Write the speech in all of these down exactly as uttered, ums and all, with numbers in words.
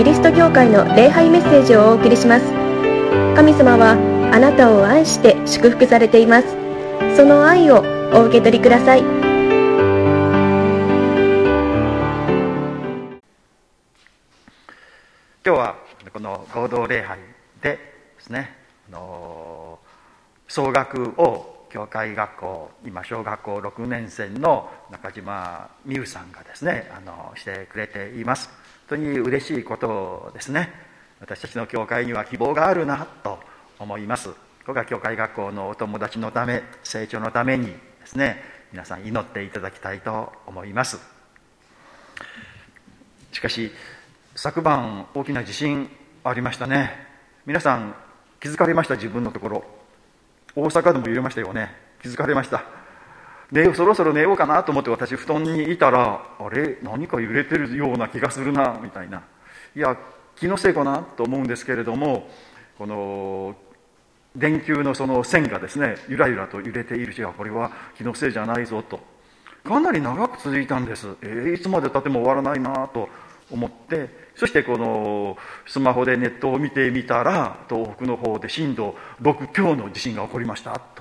リスト教会の礼拝メッセージをお送りします。神様はあなたを愛して祝福されています。その愛をお受け取りください。 今日はこの合同礼拝でですね、あの総額を教会学校、今小学校ろくねん生の中島美優さんがですね、あのしてくれています。本当に嬉しいことですね。私たちの教会には希望があるなと思います。ここが教会学校のお友達のため、成長のためにですね、皆さん祈っていただきたいと思います。しかし昨晩大きな地震ありましたね。皆さん気づかれました？自分のところ大阪でも揺れましたよね。気づかれました？でそろそろ寝ようかなと思って私布団にいたら、あれ何か揺れてるような気がするなみたいな、いや気のせいかなと思うんですけれども、この電球のその線がですねゆらゆらと揺れているし、これは気のせいじゃないぞと、かなり長く続いたんです。えー、いつまで経っても終わらないなと思って、そしてこのスマホでネットを見てみたら、東北の方で震度ろく強の地震が起こりましたと、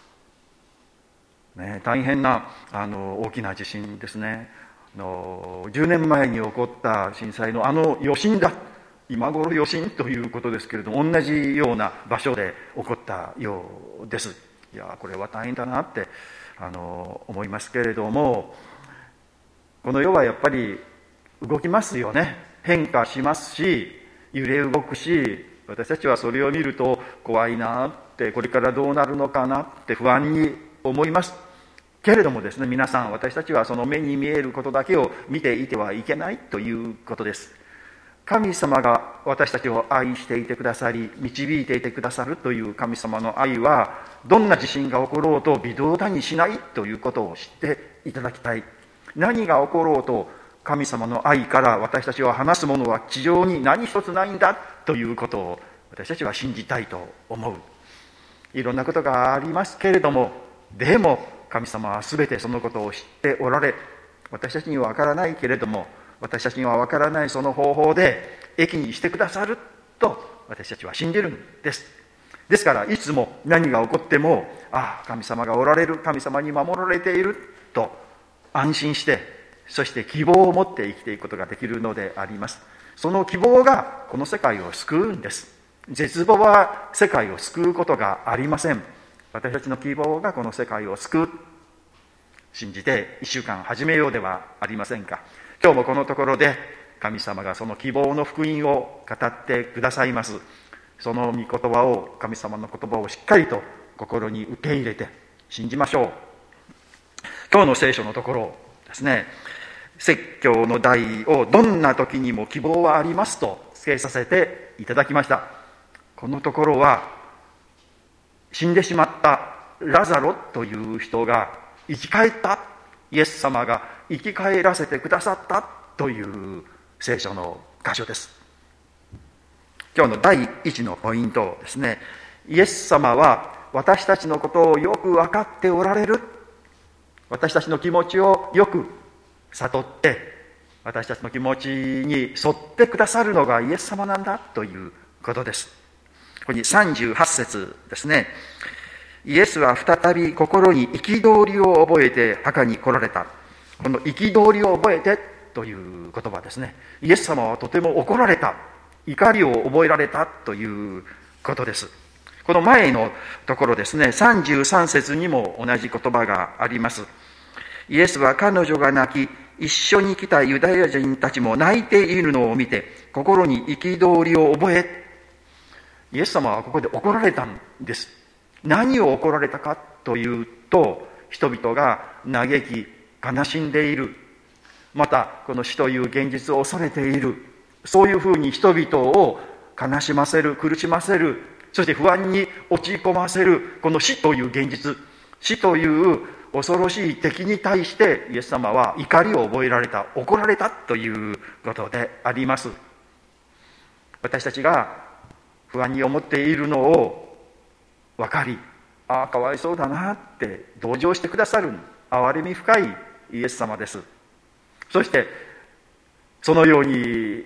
ね、大変なあの大きな地震ですね。あのじゅうねんまえに起こった震災のあの余震だ、今頃余震ということですけれども、同じような場所で起こったようです。いやこれは大変だなってあの思いますけれども、この世はやっぱり動きますよね。変化しますし、揺れ動くし、私たちはそれを見ると怖いなって、これからどうなるのかなって不安に思いますけれどもですね、皆さん私たちはその目に見えることだけを見ていてはいけないということです。神様が私たちを愛していてくださり、導いていてくださるという神様の愛は、どんな地震が起ころうと微動だにしないということを知っていただきたい。何が起ころうと神様の愛から私たちは離すものは地上に何一つないんだということを私たちは信じたいと思う。いろんなことがありますけれども、でも神様は全てそのことを知っておられ、私たちには分からないけれども、私たちには分からないその方法で益にしてくださると私たちは信じるんです。ですからいつも何が起こっても、ああ神様がおられる、神様に守られていると安心して、そして希望を持って生きていくことができるのであります。その希望がこの世界を救うんです。絶望は世界を救うことがありません。私たちの希望がこの世界を救う、信じて一週間始めようではありませんか。今日もこのところで神様がその希望の福音を語ってくださいます。その御言葉を、神様の言葉をしっかりと心に受け入れて信じましょう。今日の聖書のところですね、説教の題をどんな時にも希望はありますと付けさせていただきました。このところは死んでしまったラザロという人が生き返った、イエス様が生き返らせてくださったという聖書の箇所です。今日の第一のポイントですね、イエス様は私たちのことをよく分かっておられる、私たちの気持ちをよく悟って、私たちの気持ちに沿ってくださるのがイエス様なんだということです。ここにさんじゅうはち節ですね。イエスは再び心に憤りを覚えて墓に来られた。この憤りを覚えてという言葉ですね。イエス様はとても怒られた、怒りを覚えられたということです。この前のところですね、さんじゅうさん節にも同じ言葉があります。イエスは彼女が泣き、一緒に来たユダヤ人たちも泣いているのを見て、心に憤りを覚え、イエス様はここで怒られたんです。何を怒られたかというと、人々が嘆き悲しんでいる、またこの死という現実を恐れている、そういうふうに人々を悲しませる、苦しませる、そして不安に陥り込ませるこの死という現実、死という恐ろしい敵に対してイエス様は怒りを覚えられた、怒られたということであります。私たちが不安に思っているのを分かり、ああかわいそうだなって同情してくださる憐れみ深いイエス様です。そしてそのように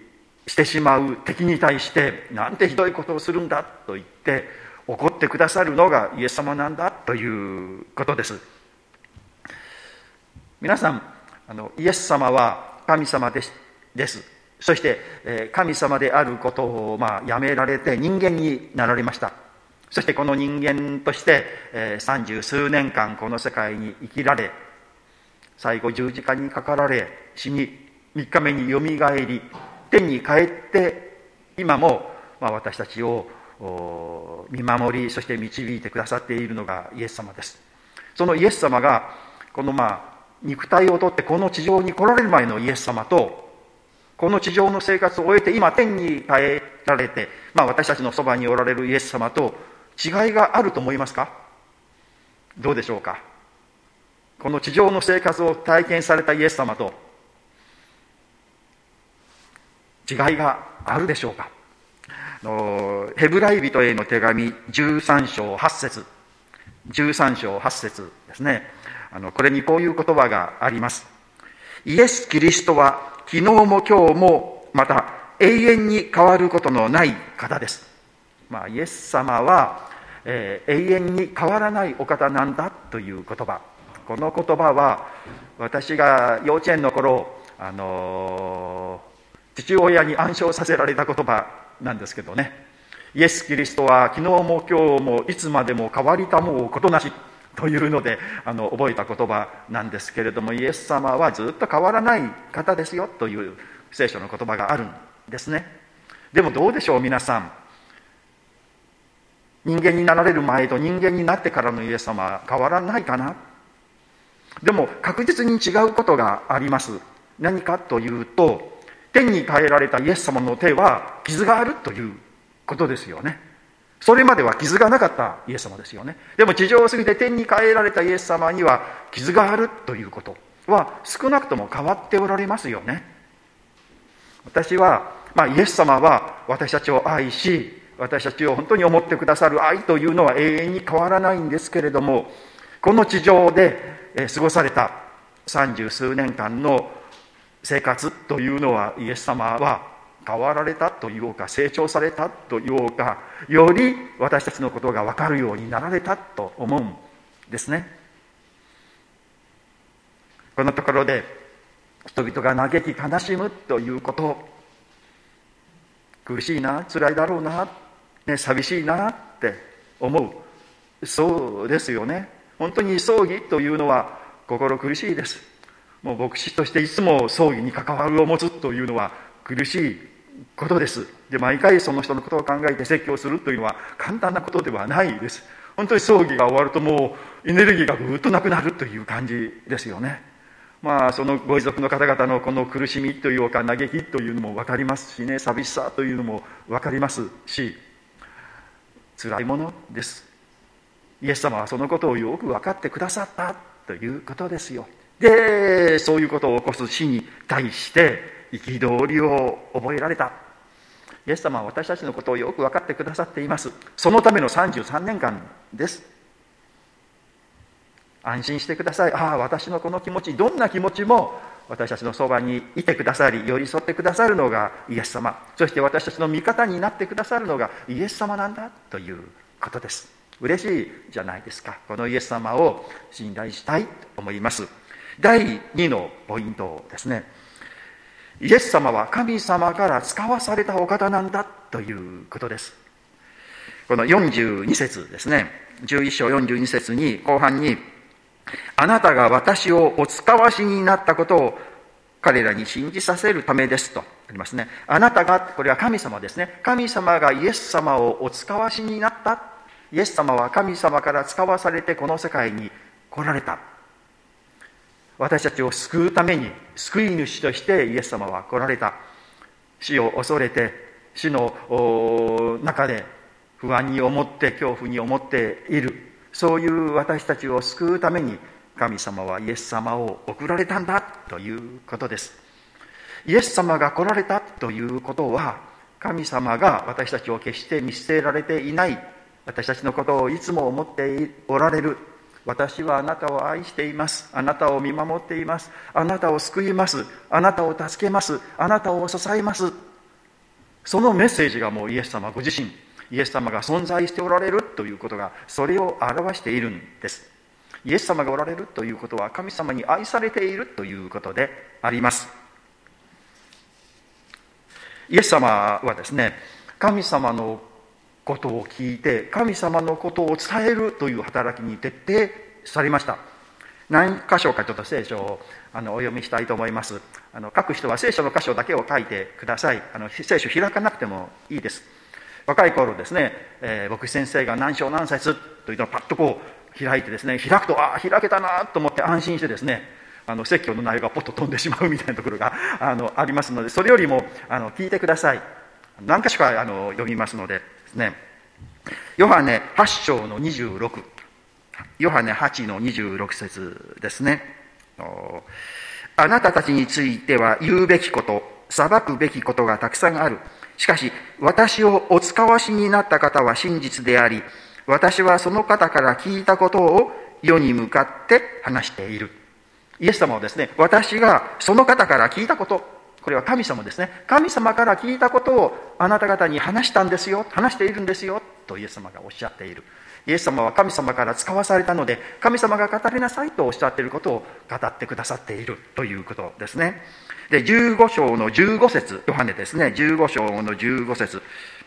してしまう敵に対してなんてひどいことをするんだと言って怒ってくださるのがイエス様なんだということです。皆さん、あのイエス様は神様です。ですそして、えー、神様であることを、まあ、やめられて人間になられました。そしてこの人間として、えー、三十数年間この世界に生きられ、最後十字架にかかられ、死にみっかめによみがえり、天に帰って今も、まあ、私たちを見守り、そして導いてくださっているのがイエス様です。そのイエス様がこのまあ肉体をとってこの地上に来られる前のイエス様と、この地上の生活を終えて今天に帰られて、まあ、私たちのそばにおられるイエス様と違いがあると思いますか？どうでしょうか？この地上の生活を体験されたイエス様と違いがあるでしょうか？ヘブライ人への手紙じゅうさん章はち節、じゅうさん章はち節ですね。あのこれにこういう言葉があります。イエス・キリストは昨日も今日もまた永遠に変わることのない方です。まあ、イエス様は、えー、永遠に変わらないお方なんだという言葉。この言葉は私が幼稚園の頃、あのー、父親に暗唱させられた言葉なんですけどね。イエス・キリストは昨日も今日もいつまでも変わりたもうことなしというのであの覚えた言葉なんですけれども、イエス様はずっと変わらない方ですよという聖書の言葉があるんですね。でもどうでしょう皆さん、人間になられる前と人間になってからのイエス様は変わらないかな。でも確実に違うことがあります。何かというと、天に変えられたイエス様の手は傷があるということですよね。それまでは傷がなかったイエス様ですよね。でも地上を過ぎて天に変えられたイエス様には傷があるということは少なくとも変わっておられますよね。私は、まあ、イエス様は私たちを愛し、私たちを本当に思ってくださる愛というのは永遠に変わらないんですけれども、この地上で過ごされた三十数年間の生活というのは、イエス様は変わられたというか成長されたというか、より私たちのことが分かるようになられたと思うんですね。このところで人々が嘆き悲しむということ、苦しいな、辛いだろうな、ね、寂しいなって思う。そうですよね。本当に葬儀というのは心苦しいです。もう牧師としていつも葬儀に関わるを持つというのは苦しいことです。で、毎回その人のことを考えて説教するというのは簡単なことではないです。本当に葬儀が終わるともうエネルギーがぐーっとなくなるという感じですよね。まあそのご遺族の方々のこの苦しみというか嘆きというのも分かりますしね、寂しさというのも分かりますし、辛いものです。イエス様はそのことをよく分かってくださったということですよ。で、そういうことを起こす死に対して憤りを覚えられた。イエス様は私たちのことをよく分かってくださっています。そのためのさんじゅうさんねんかんです。安心してください。ああ、私のこの気持ち、どんな気持ちも私たちのそばにいてくださり、寄り添ってくださるのがイエス様、そして私たちの味方になってくださるのがイエス様なんだということです。嬉しいじゃないですか。このイエス様を信頼したいと思います。だいにのポイントですね。イエス様は神様から使わされたお方なんだということです。このよんじゅうに節ですね。じゅういっ章よんじゅうに節に後半に、あなたが私をお使わしになったことを彼らに信じさせるためですとありますね。あなたが、これは神様ですね。神様がイエス様をお使わしになった。イエス様は神様から使わされてこの世界に来られた。私たちを救うために救い主としてイエス様は来られた。死を恐れて死の中で不安に思って恐怖に思っている、そういう私たちを救うために神様はイエス様を送られたんだということです。イエス様が来られたということは、神様が私たちを決して見捨てられていない、私たちのことをいつも思っておられる、私はあなたを愛しています、あなたを見守っています、あなたを救います、あなたを助けます、あなたを支えます、 そのメッセージがもうイエス様ご自身、イエス様が存在しておられるということがそれを表しているんです。イエス様がおられるということは神様に愛されているということであります。イエス様はですね、神様のことを聞いて神様のことを伝えるという働きに徹底されました。何箇所かちょっと聖書をあのお読みしたいと思います。あの書く人は聖書の箇所だけを書いてください。あの聖書開かなくてもいいです。若い頃ですね、えー、牧師先生が何章何節というのをパッとこう開いてですね、開くとああ開けたなと思って安心してですね、あの説教の内容がポッと飛んでしまうみたいなところが あ, のありますので、それよりもあの聞いてください。何箇所かあの読みますのでですね、ヨハネはち章のにじゅうろく、ヨハネはちのにじゅうろく節ですね。あなたたちについては言うべきこと、裁くべきことがたくさんある。しかし私をお使わしになった方は真実であり、私はその方から聞いたことを世に向かって話している。イエス様はですね、私がその方から聞いたこと、これは神様ですね、神様から聞いたことをあなた方に話したんですよ、話しているんですよとイエス様がおっしゃっている。イエス様は神様から使わされたので、神様が語りなさいとおっしゃっていることを語ってくださっているということですね。で、じゅうご章のじゅうご節、ヨハネですね、じゅうご章のじゅうご節、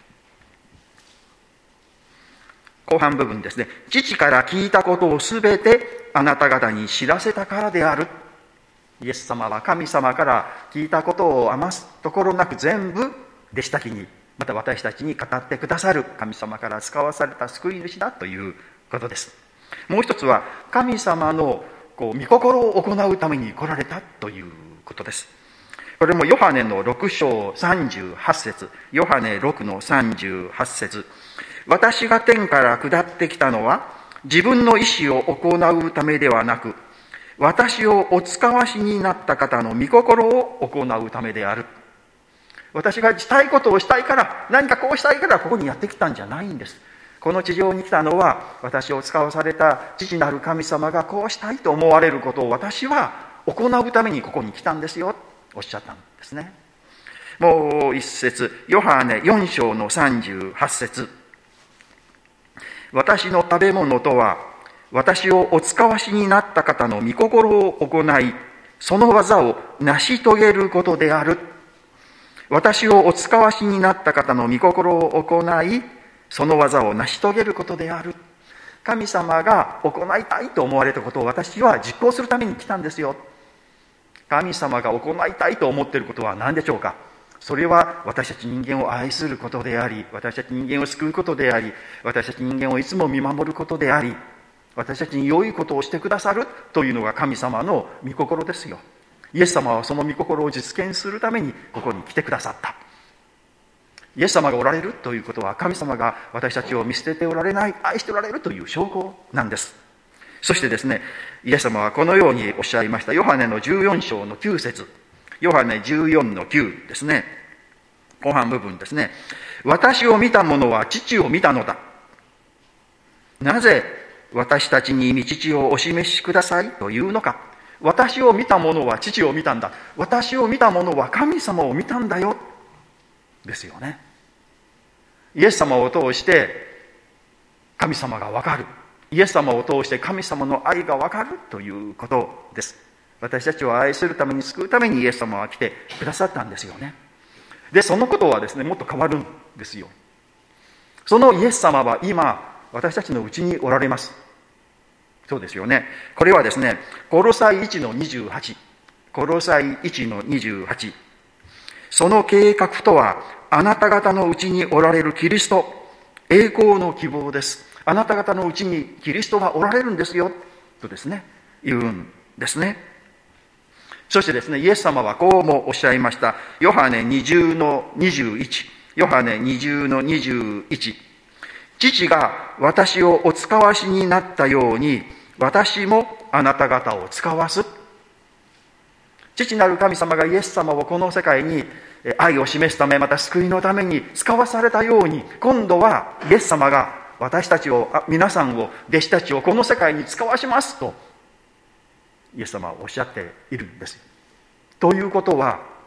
後半部分ですね。父から聞いたことをすべてあなた方に知らせたからである。イエス様は神様から聞いたことを余すところなく全部弟子たちに、また私たちに語ってくださる神様から使わされた救い主だということです。もう一つは神様のこう御心を行うために来られたということです。これもヨハネのろく章さんじゅうはち節、ヨハネろくのさんじゅうはち節、私が天から下ってきたのは自分の意思を行うためではなく、私をお使わしになった方の御心を行うためである。私がしたいことをしたいから、何かこうしたいからここにやってきたんじゃないんです。この地上に来たのは、私を使わされた父なる神様がこうしたいと思われることを私は行うためにここに来たんですよ、おっしゃったんですね。もう一節、ヨハネよん章のさんじゅうはち節、私の食べ物とは、私をお使わしになった方の御心を行い、その技を成し遂げることである。私をお使わしになった方の御心を行い、その技を成し遂げることである。神様が行いたいと思われたことを私は実行するために来たんですよ。神様が行いたいと思っていることは何でしょうか。それは私たち人間を愛することであり、私たち人間を救うことであり、私たち人間をいつも見守ることであり、私たちに良いことをしてくださるというのが神様の御心ですよ。イエス様はその御心を実現するためにここに来てくださった。イエス様がおられるということは、神様が私たちを見捨てておられない、愛しておられるという証拠なんです。そしてですね、イエス様はこのようにおっしゃいました。ヨハネのじゅうよん章のきゅう節、ヨハネじゅうよんのきゅうですね、後半部分ですね。私を見た者は父を見たのだ。なぜ私たちに父をお示しくださいというのか。私を見た者は父を見たんだ。私を見た者は神様を見たんだよ。ですよね。イエス様を通して神様がわかる。イエス様を通して神様の愛がわかるということです。私たちを愛するために、救うためにイエス様は来てくださったんですよね。で、そのことはですね、もっと変わるんですよ。そのイエス様は今、私たちのうちにおられます。そうですよね。これはですね、コロサイいちのにじゅうはち、コロサイいちのにじゅうはち、その計画とは、あなた方のうちにおられるキリスト、栄光の希望です。あなた方のうちにキリストがおられるんですよ、とですね、言うんですね。そしてですね、イエス様はこうもおっしゃいました。ヨハネにじゅうのにじゅういち、ヨハネにじゅうのにじゅういち、父が私をお使わしになったように、私もあなた方を使わす。父なる神様がイエス様をこの世界に愛を示すため、また救いのために使わされたように、今度はイエス様が私たちを、皆さんを、弟子たちをこの世界に使わしますとイエス様はおっしゃっているんです。ということは、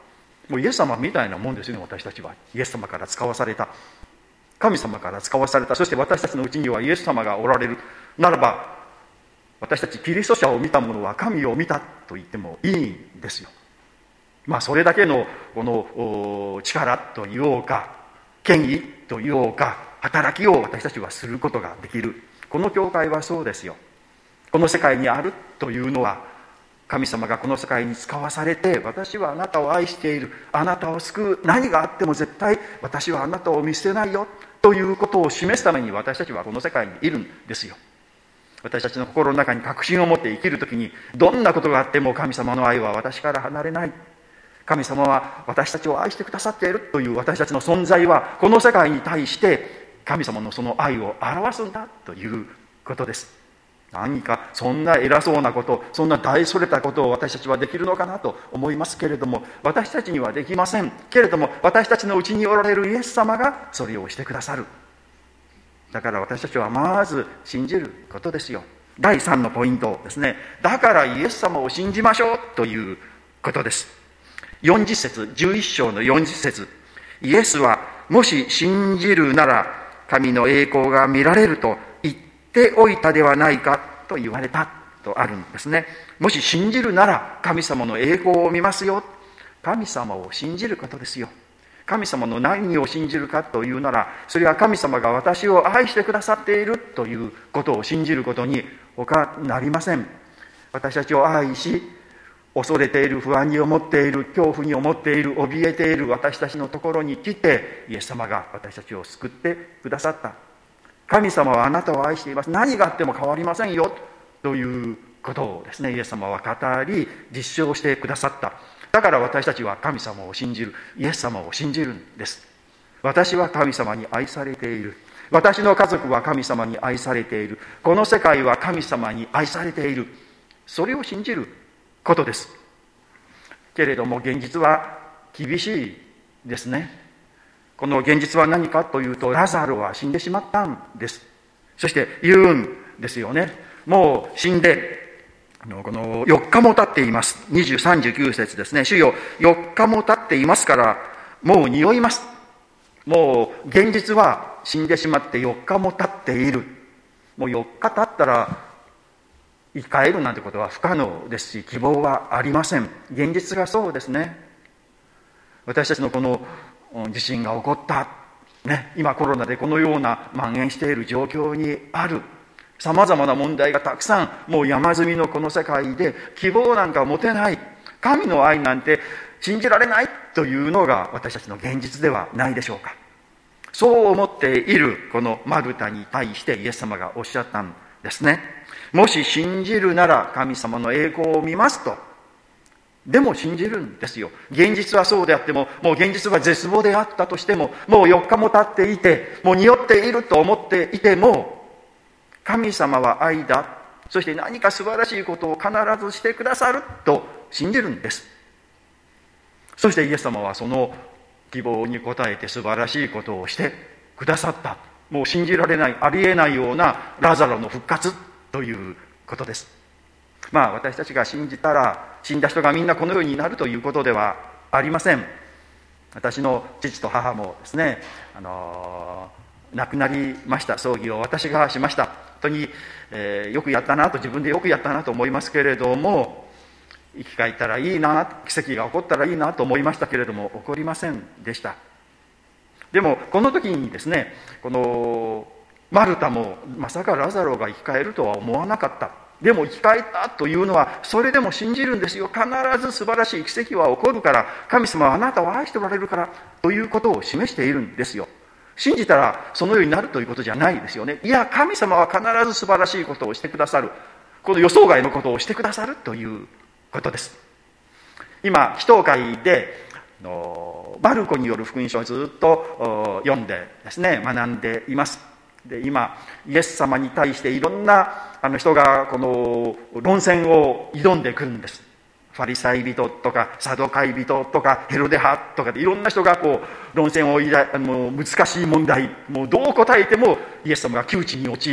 もうイエス様みたいなもんですよね。私たちはイエス様から使わされた、神様から使わされた、そして私たちのうちにはイエス様がおられるならば、私たちキリスト者を見た者は神を見たと言ってもいいんですよ。まあそれだけのこの力と言おうか、権威と言おうか、働きを私たちはすることができる。この教会はそうですよ。この世界にあるというのは、神様がこの世界に使わされて、私はあなたを愛している、あなたを救う、何があっても絶対私はあなたを見捨てないよということを示すために、私たちはこの世界にいるんですよ。私たちの心の中に確信を持って生きるときに、どんなことがあっても神様の愛は私から離れない、神様は私たちを愛してくださっているという私たちの存在は、この世界に対して神様のその愛を表すんだということです。何かそんな偉そうなこと、そんな大それたことを私たちはできるのかなと思いますけれども、私たちにはできませんけれども、私たちのうちにおられるイエス様がそれをしてくださる。だから私たちはまず信じることですよ。だいさんのポイントですね。だからイエス様を信じましょうということです。よんじゅっ節、じゅういっ章のよんじゅっ節、イエスはもし信じるなら神の栄光が見られると言っておいたではないかと言われたとあるんですね。もし信じるなら神様の栄光を見ますよ。神様を信じることですよ。神様の何を信じるかというなら、それは神様が私を愛してくださっているということを信じることに他なりません。私たちを愛し、恐れている、不安に思っている、恐怖に思っている、怯えている私たちのところに来て、イエス様が私たちを救ってくださった。神様はあなたを愛しています。何があっても変わりませんよということをですね、イエス様は語り実証してくださった。だから私たちは神様を信じる、イエス様を信じるんです。私は神様に愛されている。私の家族は神様に愛されている。この世界は神様に愛されている。それを信じることです。けれども現実は厳しいですね。この現実は何かというと、ラザロは死んでしまったんです。そして言うんですよね。もう死んでこのよっかも経っています。にじゅう、さんじゅうきゅう節ですね。主よ、よっかも経っていますからもう匂います。もう現実は死んでしまってよっかも経っている。もうよっか経ったら生き返るなんてことは不可能ですし、希望はありません。現実がそうですね。私たちのこの地震が起こった、ね、今コロナでこのような蔓延している状況にある、さまざまな問題がたくさんもう山積みのこの世界で、希望なんか持てない、神の愛なんて信じられないというのが私たちの現実ではないでしょうか。そう思っているこのマルタに対してイエス様がおっしゃったんですね。もし信じるなら神様の栄光を見ますと。でも信じるんですよ。現実はそうであっても、もう現実は絶望であったとしても、もうよっかも経っていて、もう匂っていると思っていても、神様は愛だ、そして何か素晴らしいことを必ずしてくださると信じるんです。そしてイエス様はその希望に応えて素晴らしいことをしてくださった。もう信じられない、ありえないようなラザロの復活ということです。まあ私たちが信じたら死んだ人がみんなこのようになるということではありません。私の父と母もですね、あのー、亡くなりました。葬儀を私がしました。本当に、えー、よくやったなと、自分でよくやったなと思いますけれども、生き返ったらいいな、奇跡が起こったらいいなと思いましたけれども、起こりませんでした。でもこの時にですね、このマルタもまさかラザロが生き返るとは思わなかった。でも生き返ったというのはそれでも信じるんですよ。必ず素晴らしい奇跡は起こるから、神様はあなたを愛しておられるからということを示しているんですよ。信じたらそのようになるということじゃないですよね。いや、神様は必ず素晴らしいことをしてくださる、この予想外のことをしてくださるということです。今祈祷会でマルコによる福音書をずっと読んでですね、学んでいます。で今イエス様に対していろんなあの人がこの論戦を挑んでくるんです。ファリサイ人とかサドカイ人とかヘロデ派とかでいろんな人がこう論戦をいらあの難しい問題、もうどう答えてもイエス様が窮地に陥る、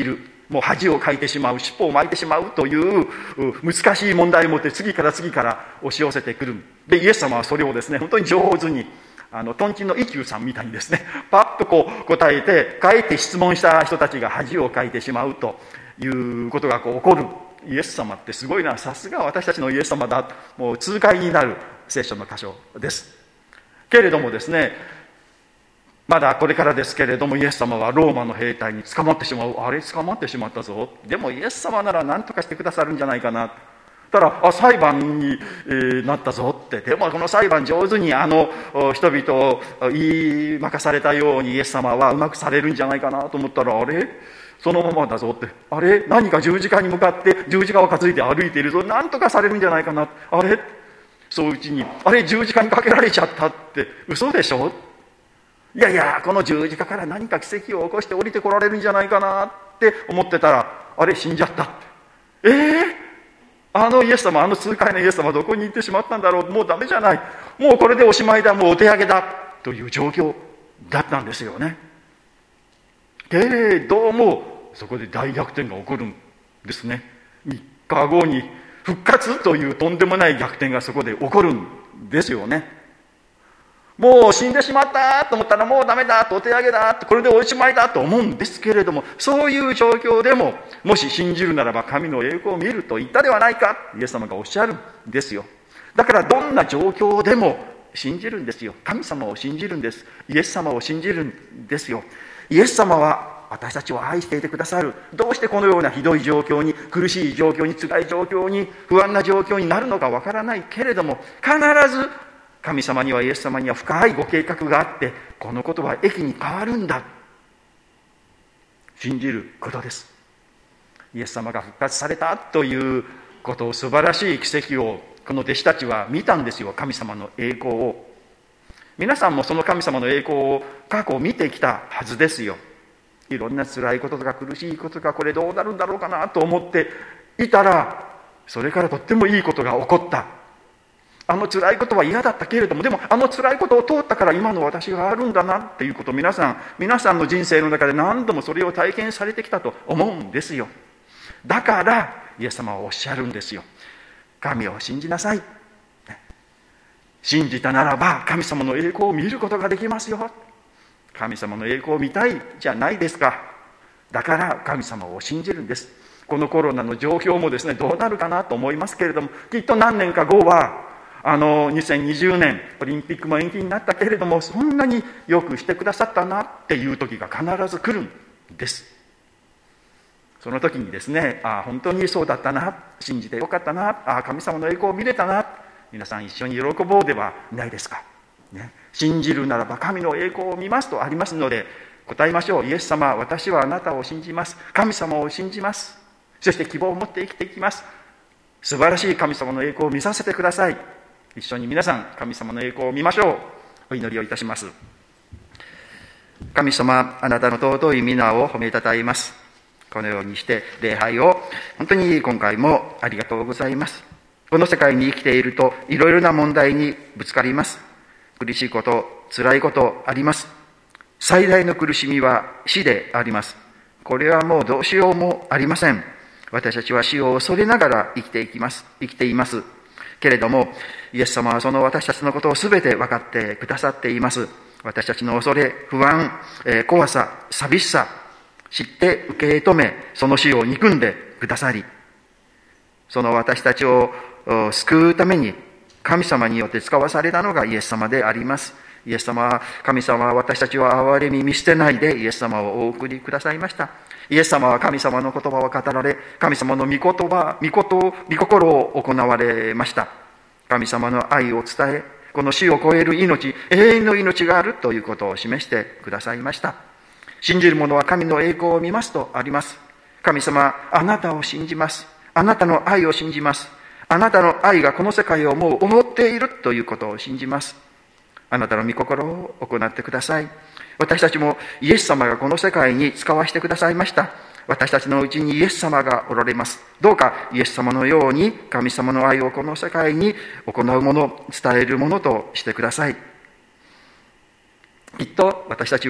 もう恥をかいてしまう、尻尾を巻いてしまうという難しい問題を持って次から次から押し寄せてくる。で、イエス様はそれをですね、本当に上手に、あの、トンチの一休さんみたいにですね、パッとこう答えて、かえって質問した人たちが恥をかいてしまうということがこう起こる。イエス様ってすごいな、さすが私たちのイエス様だ。もう痛快になる聖書の箇所です。けれどもですね、まだこれからですけれども、イエス様はローマの兵隊に捕まってしまう。あれ、捕まってしまったぞ。でもイエス様なら何とかしてくださるんじゃないかな。たら、あ、裁判に、えー、なったぞって。でもこの裁判上手にあの人々を言い任されたようにイエス様はうまくされるんじゃないかなと思ったら、あれそのままだぞって。あれ何か十字架に向かって十字架を担いで歩いているぞ。何とかされるんじゃないかな。あれそううちに、あれ十字架にかけられちゃったって。嘘でしょ。いやいや、この十字架から何か奇跡を起こして降りてこられるんじゃないかなって思ってたら、あれ死んじゃったって。えー、あのイエス様、あの痛快なイエス様どこに行ってしまったんだろう。もうダメじゃない。もうこれでおしまいだ。もうお手上げだ。という状況だったんですよね。けれども、そこで大逆転が起こるんですね。みっかごに復活というとんでもない逆転がそこで起こるんですよね。もう死んでしまったと思ったらもうダメだとお手上げだこれでおしまいだと思うんですけれども、そういう状況でももし信じるならば神の栄光を見ると言ったではないか、イエス様がおっしゃるんですよ。だからどんな状況でも信じるんですよ。神様を信じるんです。イエス様を信じるんですよ。イエス様は私たちを愛していてくださる。どうしてこのようなひどい状況に、苦しい状況に、辛い状況に、不安な状況になるのかわからないけれども、必ず神様にはイエス様には深いご計画があって、このことは益に変わるんだ。信じることです。イエス様が復活されたということを、素晴らしい奇跡をこの弟子たちは見たんですよ。神様の栄光を。皆さんもその神様の栄光を過去見てきたはずですよ。いろんな辛いこととか苦しいことがこれどうなるんだろうかなと思っていたら、それからとってもいいことが起こった。あの辛いことは嫌だったけれども、でもあの辛いことを通ったから今の私があるんだなっていうことを、皆さん皆さんの人生の中で何度もそれを体験されてきたと思うんですよ。だからイエス様はおっしゃるんですよ。神を信じなさい。信じたならば神様の栄光を見ることができますよ。神様の栄光を見たいじゃないですか。だから神様を信じるんです。このコロナの状況もですね、どうなるかなと思いますけれども、きっと何年か後はあのにせんにじゅうねんオリンピックも延期になったけれども、そんなによくしてくださったなっていう時が必ず来るんです。その時にですね、ああ本当にそうだったな、信じてよかったな、ああ神様の栄光を見れたな、皆さん一緒に喜ぼうではないですか、ね、信じるならば神の栄光を見ますとありますので、答えましょう。イエス様、私はあなたを信じます。神様を信じます。そして希望を持って生きていきます。素晴らしい神様の栄光を見させてください。一緒に皆さん神様の栄光を見ましょう。お祈りをいたします。神様、あなたの尊い皆を褒めたたえます。このようにして礼拝を本当に今回もありがとうございます。この世界に生きているといろいろな問題にぶつかります。苦しいこと、辛いことあります。最大の苦しみは死であります。これはもうどうしようもありません。私たちは死を恐れながら生きていきます。生きています。けれども、イエス様はその私たちのことをすべて分かってくださっています。私たちの恐れ、不安、えー、怖さ、寂しさ、知って受け止め、その死を憎んでくださり、その私たちを救うために神様によって使わされたのがイエス様であります。イエス様は、神様は私たちを憐れみ見捨てないでイエス様をお送りくださいました。イエス様は神様の言葉を語られ、神様の御言葉、御事、御心を行われました。神様の愛を伝え、この死を超える命、永遠の命があるということを示してくださいました。信じる者は神の栄光を見ますとあります。神様、あなたを信じます。あなたの愛を信じます。あなたの愛がこの世界をもう覆っているということを信じます。あなたの御心を行ってください。私たちもイエス様がこの世界に使わせてくださいました。私たちのうちにイエス様がおられます。どうかイエス様のように神様の愛をこの世界に行うもの、伝えるものとしてください。きっと私たちは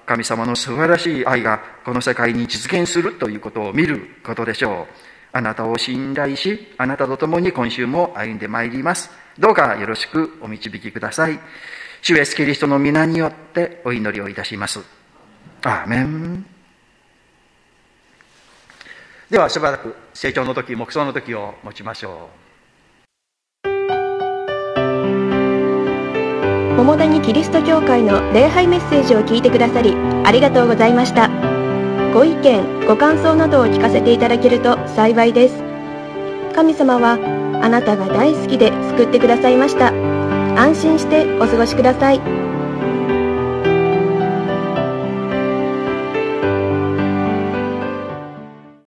神様の素晴らしい愛がこの世界に実現するということを見ることでしょう。あなたを信頼し、あなたと共に今週も歩んでまいります。どうかよろしくお導きください。主イエスキリストの皆によってお祈りをいたします。アーメン。ではしばらく成長の時、黙想の時を持ちましょう。 桃谷キリスト教会の礼拝メッセージを聞いてくださりありがとうございました。ご意見ご感想などを聞かせていただけると幸いです。神様はあなたが大好きで救ってくださいました。安心してお過ごしください。